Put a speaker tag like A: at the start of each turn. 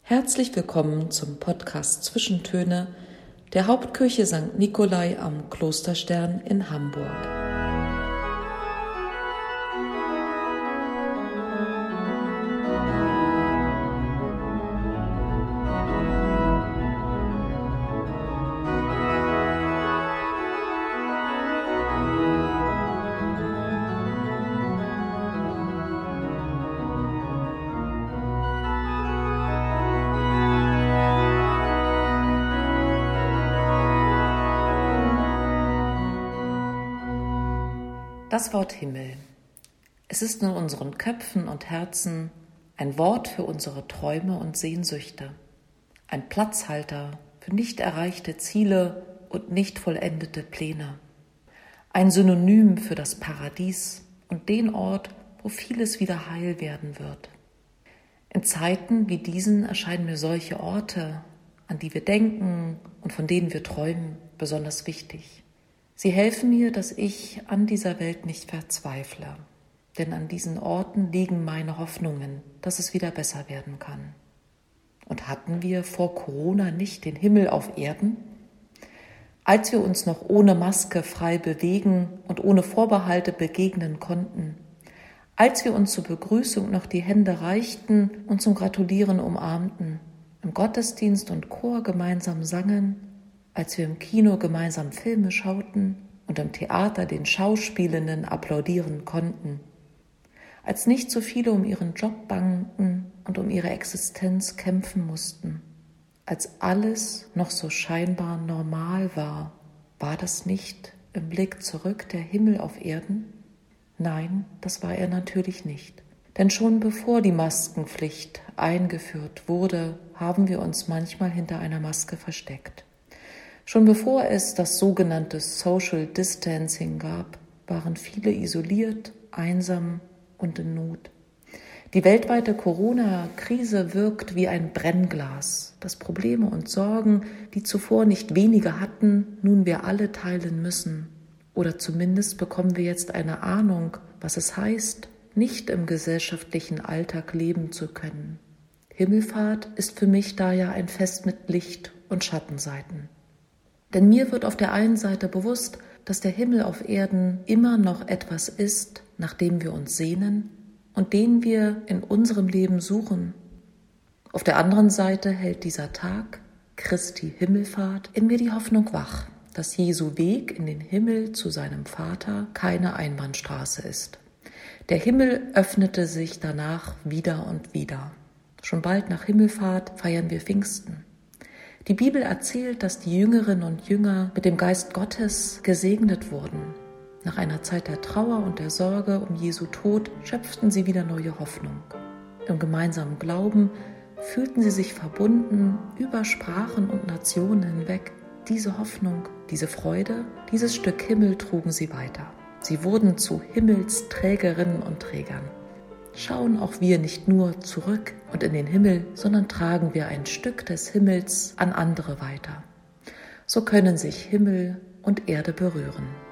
A: Herzlich willkommen zum Podcast Zwischentöne der Hauptkirche St. Nikolai am Klosterstern in Hamburg. Das Wort Himmel. Es ist in unseren Köpfen und Herzen ein Wort für unsere Träume und Sehnsüchte, ein Platzhalter für nicht erreichte Ziele und nicht vollendete Pläne, ein Synonym für das Paradies und den Ort, wo vieles wieder heil werden wird. In Zeiten wie diesen erscheinen mir solche Orte, an die wir denken und von denen wir träumen, besonders wichtig. Sie helfen mir, dass ich an dieser Welt nicht verzweifle, denn an diesen Orten liegen meine Hoffnungen, dass es wieder besser werden kann. Und hatten wir vor Corona nicht den Himmel auf Erden? Als wir uns noch ohne Maske frei bewegen und ohne Vorbehalte begegnen konnten, als wir uns zur Begrüßung noch die Hände reichten und zum Gratulieren umarmten, im Gottesdienst und Chor gemeinsam sangen, als wir im Kino gemeinsam Filme schauten und im Theater den Schauspielenden applaudieren konnten, als nicht so viele um ihren Job bangten und um ihre Existenz kämpfen mussten, als alles noch so scheinbar normal war, war das nicht im Blick zurück der Himmel auf Erden? Nein, das war er natürlich nicht. Denn schon bevor die Maskenpflicht eingeführt wurde, haben wir uns manchmal hinter einer Maske versteckt. Schon bevor es das sogenannte Social Distancing gab, waren viele isoliert, einsam und in Not. Die weltweite Corona-Krise wirkt wie ein Brennglas, das Probleme und Sorgen, die zuvor nicht wenige hatten, nun wir alle teilen müssen. Oder zumindest bekommen wir jetzt eine Ahnung, was es heißt, nicht im gesellschaftlichen Alltag leben zu können. Himmelfahrt ist für mich daher ein Fest mit Licht und Schattenseiten. Denn mir wird auf der einen Seite bewusst, dass der Himmel auf Erden immer noch etwas ist, nach dem wir uns sehnen und den wir in unserem Leben suchen. Auf der anderen Seite hält dieser Tag, Christi Himmelfahrt, in mir die Hoffnung wach, dass Jesu Weg in den Himmel zu seinem Vater keine Einbahnstraße ist. Der Himmel öffnete sich danach wieder und wieder. Schon bald nach Himmelfahrt feiern wir Pfingsten. Die Bibel erzählt, dass die Jüngerinnen und Jünger mit dem Geist Gottes gesegnet wurden. Nach einer Zeit der Trauer und der Sorge um Jesu Tod schöpften sie wieder neue Hoffnung. Im gemeinsamen Glauben fühlten sie sich verbunden über Sprachen und Nationen hinweg. Diese Hoffnung, diese Freude, dieses Stück Himmel trugen sie weiter. Sie wurden zu Himmelsträgerinnen und Trägern. Schauen auch wir nicht nur zurück und in den Himmel, sondern tragen wir ein Stück des Himmels an andere weiter. So können sich Himmel und Erde berühren.